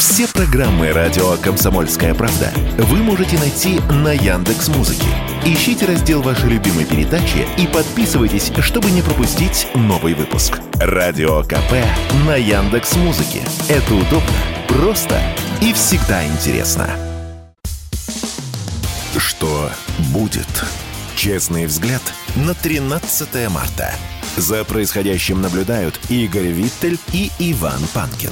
Все программы радио «Комсомольская правда» вы можете найти на Яндекс.Музыке. Ищите раздел вашей любимой передачи и подписывайтесь, чтобы не пропустить новый выпуск. Радио КП на Яндекс.Музыке. Это удобно, просто и всегда интересно. Что будет? Честный взгляд на 13 марта. За происходящим наблюдают Игорь Виттель и Иван Панкин.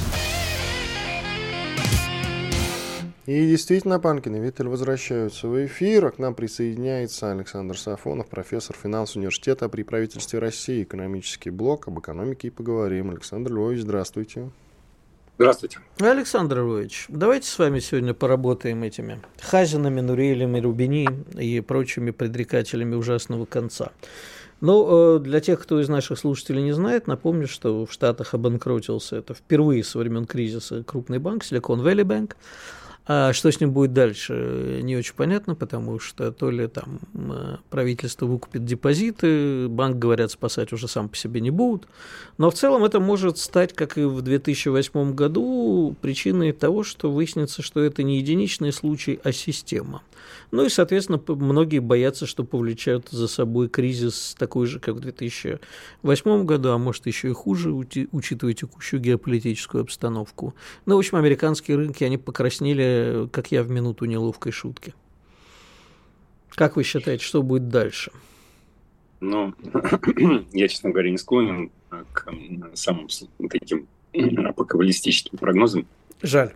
И действительно, Панкин и Виттель возвращаются в эфир, а к нам присоединяется Александр Сафонов, профессор финансового университета при правительстве России, экономический блок, об экономике и поговорим. Александр Львович, здравствуйте. Здравствуйте. Александр Львович, давайте с вами сегодня поработаем этими Хазинами, Нуриелями, Рубини и прочими предрекателями ужасного конца. Но для тех, кто из наших слушателей не знает, напомню, что в Штатах обанкротился, это впервые со времен кризиса, крупный банк, Silicon Valley Bank. А что с ним будет дальше, не очень понятно, потому что то ли там правительство выкупит депозиты, банк, говорят, спасать уже сам по себе не будут. Но в целом это может стать, как и в 2008 году, причиной того, что выяснится, что это не единичный случай, а система. Ну и, соответственно, многие боятся, что повлечет за собой кризис такой же, как в 2008 году, а может еще и хуже, учитывая текущую геополитическую обстановку. Ну, в общем, американские рынки, они покраснели, как я в минуту неловкой шутки. Как вы считаете, что будет дальше? Ну, я, честно говоря, не склонен к самым таким апокалиптическим прогнозам. Жаль.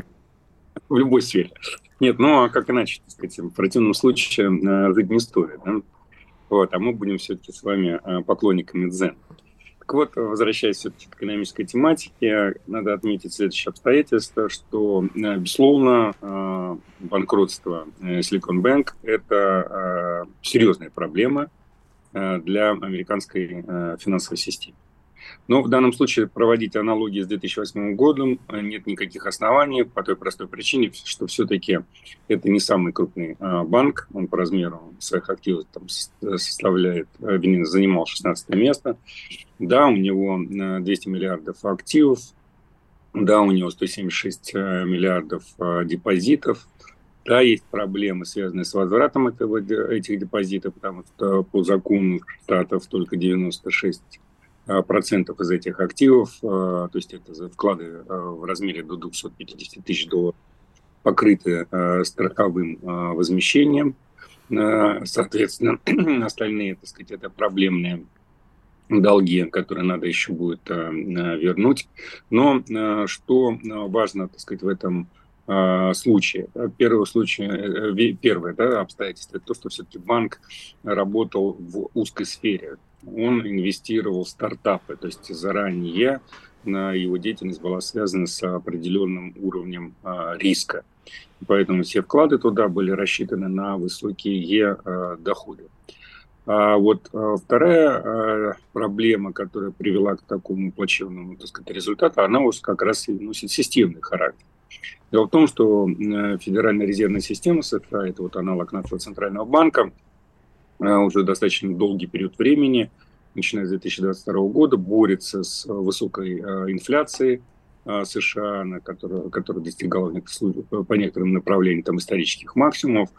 В любой сфере. Нет, ну а как иначе, так сказать, в противном случае жить не стоит. Да? Вот, а мы будем все-таки с вами поклонниками дзен. Так вот, возвращаясь все-таки к экономической тематике, надо отметить следующее обстоятельство, что, безусловно, банкротство Silicon Bank – это серьезная проблема для американской финансовой системы. Но в данном случае проводить аналогии с 2008 годом нет никаких оснований по той простой причине, что все-таки это не самый крупный банк, он по размеру своих активов там занимал 16 место. Да, у него 200 миллиардов активов, да, у него 176 миллиардов депозитов. Да, есть проблемы, связанные с возвратом этих депозитов, потому что по закону штатов только 96% из этих активов, то есть это вклады в размере до $250 тысяч, покрыты страховым возмещением. Соответственно, остальные, так сказать, это проблемные долги, которые надо еще будет вернуть. Но что важно, так сказать, в этом случае? Первое обстоятельство – это то, что все-таки банк работал в узкой сфере. Он инвестировал в стартапы, то есть заранее его деятельность была связана с определенным уровнем риска. Поэтому все вклады туда были рассчитаны на высокие доходы. А вот вторая проблема, которая привела к такому плачевному, так сказать, результату, она уже как раз и носит системный характер. Дело в том, что Федеральная резервная система США, это вот аналог нашего центрального банка, уже достаточно долгий период времени, начиная с 2022 года, борется с высокой инфляцией США, которая достигала по некоторым направлениям там, исторических максимумов,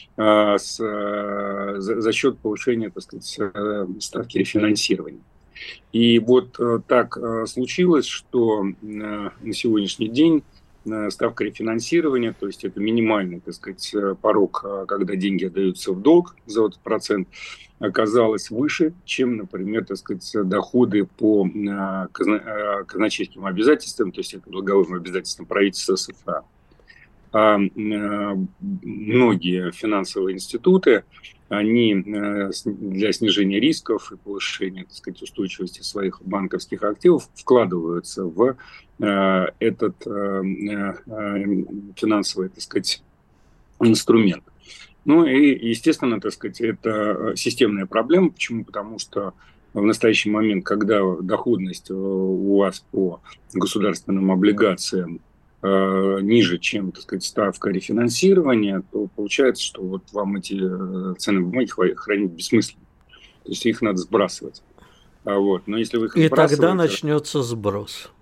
за счет повышения, так сказать, ставки рефинансирования. И вот так случилось, что на сегодняшний день ставка рефинансирования, то есть это минимальный, так сказать, порог, когда деньги отдаются в долг за этот процент, оказалась выше, чем, например, так сказать, доходы по казначейским обязательствам, то есть это долговым обязательствам правительства США. А многие финансовые институты, они для снижения рисков и повышения, так сказать, устойчивости своих банковских активов вкладываются в этот финансовый, так сказать, инструмент. Ну и, естественно, так сказать, это системная проблема. Почему? Потому что в настоящий момент, когда доходность у вас по государственным облигациям ниже, чем, так сказать, ставка рефинансирования, то получается, что вот вам эти ценные бумаги хранить бессмысленно. То есть их надо сбрасывать. Вот. Но если вы их и сбрасываете... тогда начнется сброс.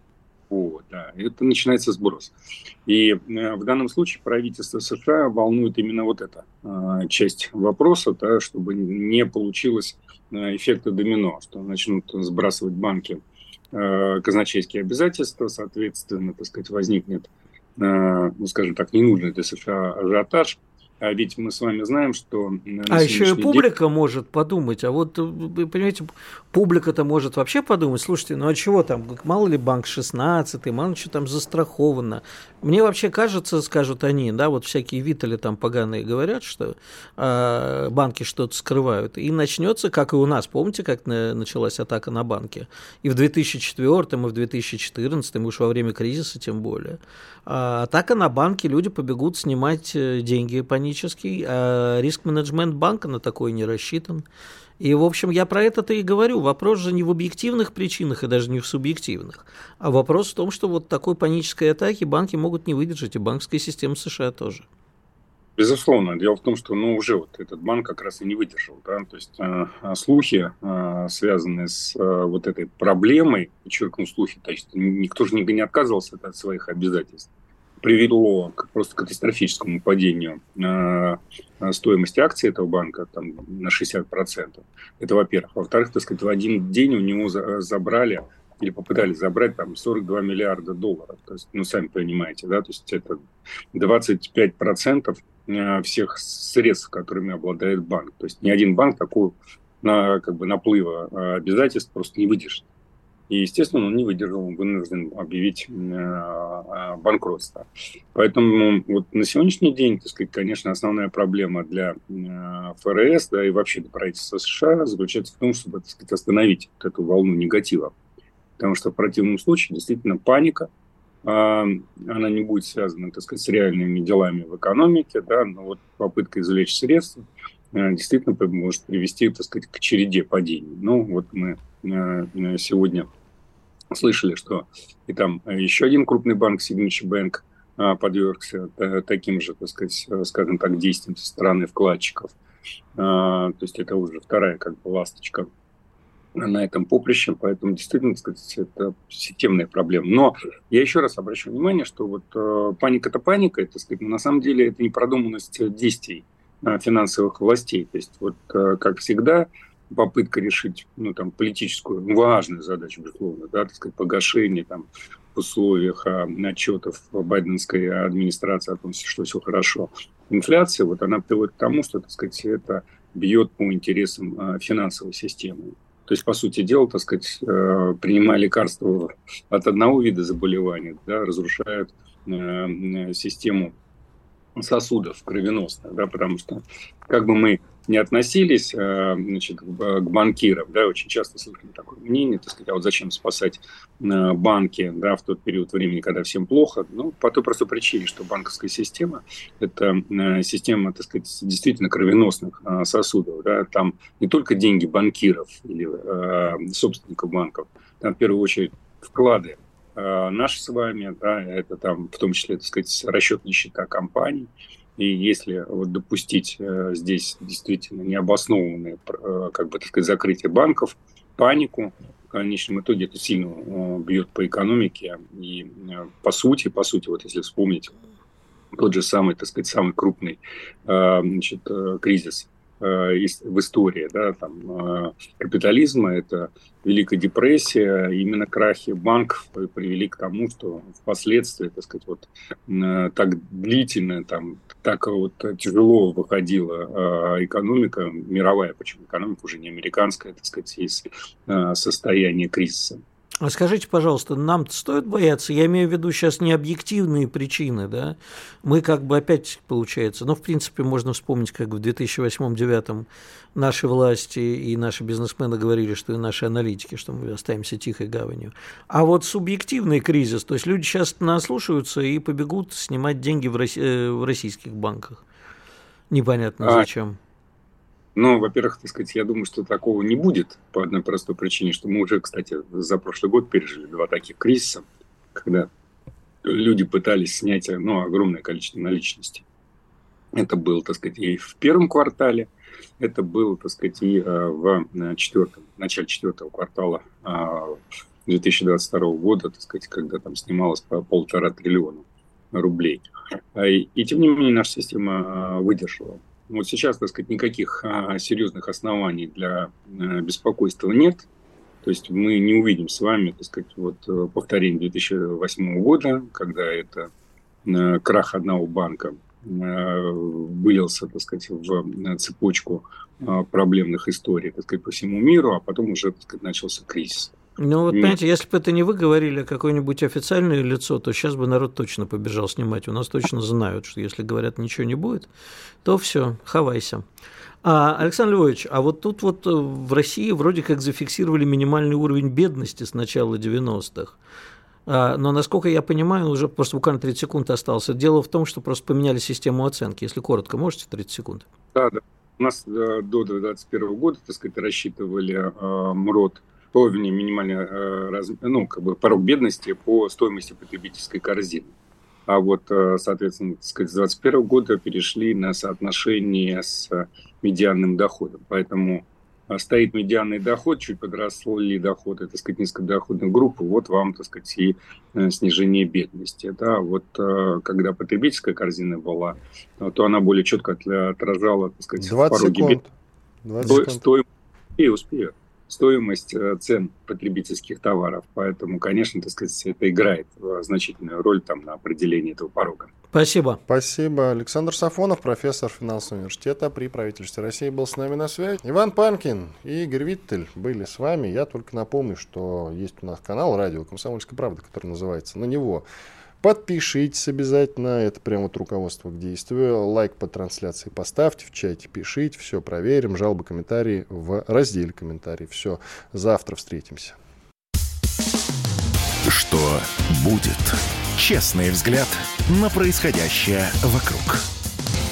Вот, да, это начинается сброс. И в данном случае правительство США волнует именно вот эта часть вопроса, да, чтобы не получилось эффекта домино, что начнут сбрасывать банки казначейские обязательства, соответственно, так сказать, возникнет, ну, скажем так, ненужный для США ажиотаж. А ведь мы с вами знаем, что... А еще и публика может подумать. А вот, вы понимаете, публика-то может вообще подумать, слушайте, ну а чего там, мало ли банк 16-й, мало ли что там застраховано. Мне вообще кажется, скажут они, да, вот всякие Витали там поганые говорят, что банки что-то скрывают. И начнется, как и у нас, помните, как началась атака на банки? И в 2004, и в 2014, уж во время кризиса тем более. Атака на банки, люди побегут снимать деньги панически, а риск-менеджмент банка на такой не рассчитан. И, в общем, я про это-то и говорю. Вопрос же не в объективных причинах и даже не в субъективных, а вопрос в том, что вот такой панической атаки банки могут не выдержать, и банковская система США тоже. Безусловно. Дело в том, что уже вот этот банк как раз и не выдержал. Да? То есть слухи, связанные с вот этой проблемой, подчеркну слухи, то есть никто же не отказывался от своих обязательств, привело к просто катастрофическому падению стоимости акций этого банка там, на 60%. Это, во-первых. Во-вторых, так сказать, в один день у него забрали или попытались забрать там 42 миллиарда долларов. То есть, ну, сами понимаете, да, то есть это 25% всех средств, которыми обладает банк. То есть ни один банк такого наплыва обязательств просто не выдержит. И, естественно, он не выдержал, он вынужден объявить банкротство. Поэтому вот на сегодняшний день, так сказать, конечно, основная проблема для ФРС, да, и вообще для правительства США заключается в том, чтобы, так сказать, остановить вот эту волну негатива. Потому что в противном случае действительно паника, она не будет связана, так сказать, с реальными делами в экономике, да, но вот попытка извлечь средства действительно может привести, так сказать, к череде падений. Ну, вот мы сегодня слышали, что и там еще один крупный банк, Signature Bank, подвергся таким же, так сказать, скажем так, действиям со стороны вкладчиков. То есть это уже вторая как бы ласточка на этом поприще, поэтому действительно, так сказать, это системная проблема. Но я еще раз обращу внимание, что вот паника-то паника, так сказать, но на самом деле это не продуманность действий финансовых властей. То есть вот как всегда попытка решить, ну, там, политическую, важную задачу, безусловно, да, так сказать, погашение там в условиях отчетов байденской администрации о том, что все хорошо. Инфляция, вот она приводит к тому, что, так сказать, это бьет по интересам финансовой системы. То есть, по сути дела, так сказать, принимая лекарства от одного вида заболевания, да, разрушают систему сосудов кровеносных, да, потому что как бы мы не относились, значит, к банкирам, да, очень часто слышали такое мнение, так сказать, а вот зачем спасать банки, да, в тот период времени, когда всем плохо, ну, по той простой причине, что банковская система – это система, так сказать, действительно кровеносных сосудов, да, там не только деньги банкиров или собственников банков, там в первую очередь вклады наши с вами, да, это там в том числе, так сказать, расчетные счета компаний. И если вот допустить здесь действительно необоснованное, как бы, так сказать, закрытие банков, панику, в конечном итоге это сильно бьет по экономике. И по сути, вот если вспомнить тот же самый, так сказать, самый крупный, значит, кризис в истории, да, там, капитализма, это Великая депрессия, именно крахи банков привели к тому, что впоследствии, так сказать, вот так длительно, там, так вот тяжело выходила экономика, мировая, почему экономика уже не американская, так сказать, из состояния кризиса. А скажите, пожалуйста, нам стоит бояться? Я имею в виду сейчас не объективные причины, да? Мы как бы опять, получается, ну, в принципе, можно вспомнить, как в 2008-2009 наши власти и наши бизнесмены говорили, что и наши аналитики, что мы останемся тихой гаванью. А вот субъективный кризис, то есть люди сейчас наслушаются и побегут снимать деньги в российских банках. Непонятно зачем. Ну, во-первых, так сказать, я думаю, что такого не будет по одной простой причине, что мы уже, кстати, за прошлый год пережили 2 таких кризиса, когда люди пытались снять, ну, огромное количество наличности. Это было, так сказать, и в первом квартале, это было, так сказать, и в начале 4-го квартала 2022 года, так сказать, когда там снималось по 1,5 триллиона рублей. И тем не менее наша система выдержала. Вот сейчас, так сказать, никаких серьезных оснований для беспокойства нет. То есть мы не увидим с вами, так сказать, вот повторение 2008 года, когда это крах одного банка вылился, так сказать, в цепочку проблемных историй, так сказать, по всему миру, а потом уже, так сказать, начался кризис. Ну, вот, понимаете, если бы это не вы говорили, а какое-нибудь официальное лицо, то сейчас бы народ точно побежал снимать. У нас точно знают, что если говорят, ничего не будет, то все, хавайся. Александр Львович, а вот тут вот в России вроде как зафиксировали минимальный уровень бедности с начала 90-х. Но, насколько я понимаю, уже просто буквально 30 секунд осталось. Дело в том, что просто поменяли систему оценки. Если коротко, можете 30 секунд? Да. У нас до 2021 года, так сказать, рассчитывали МРОТ, минимальный порог бедности по стоимости потребительской корзины. А вот, соответственно, так сказать, с 2021 года перешли на соотношение с медианным доходом. Поэтому стоит медианный доход, чуть подросли доходы, так сказать, низкодоходных групп, вот вам, так сказать, и снижение бедности. Да, вот когда потребительская корзина была, то она более четко отражала, так сказать, 20 секунд. 20 секунд. Успею. Стоимость цен потребительских товаров. Поэтому, конечно, так сказать, это играет значительную роль там, на определении этого порога. Спасибо. Спасибо. Александр Сафонов, профессор финансового университета при правительстве России, был с нами на связи. Иван Панкин и Игорь Виттель были с вами. Я только напомню, что есть у нас канал радио «Комсомольская правда», который называется. На него подпишитесь обязательно, это прямо вот руководство к действию. Лайк по трансляции поставьте, в чате пишите, все проверим. Жалобы, комментарии в разделе комментарий. Все, завтра встретимся. Что будет? Честный взгляд на происходящее вокруг.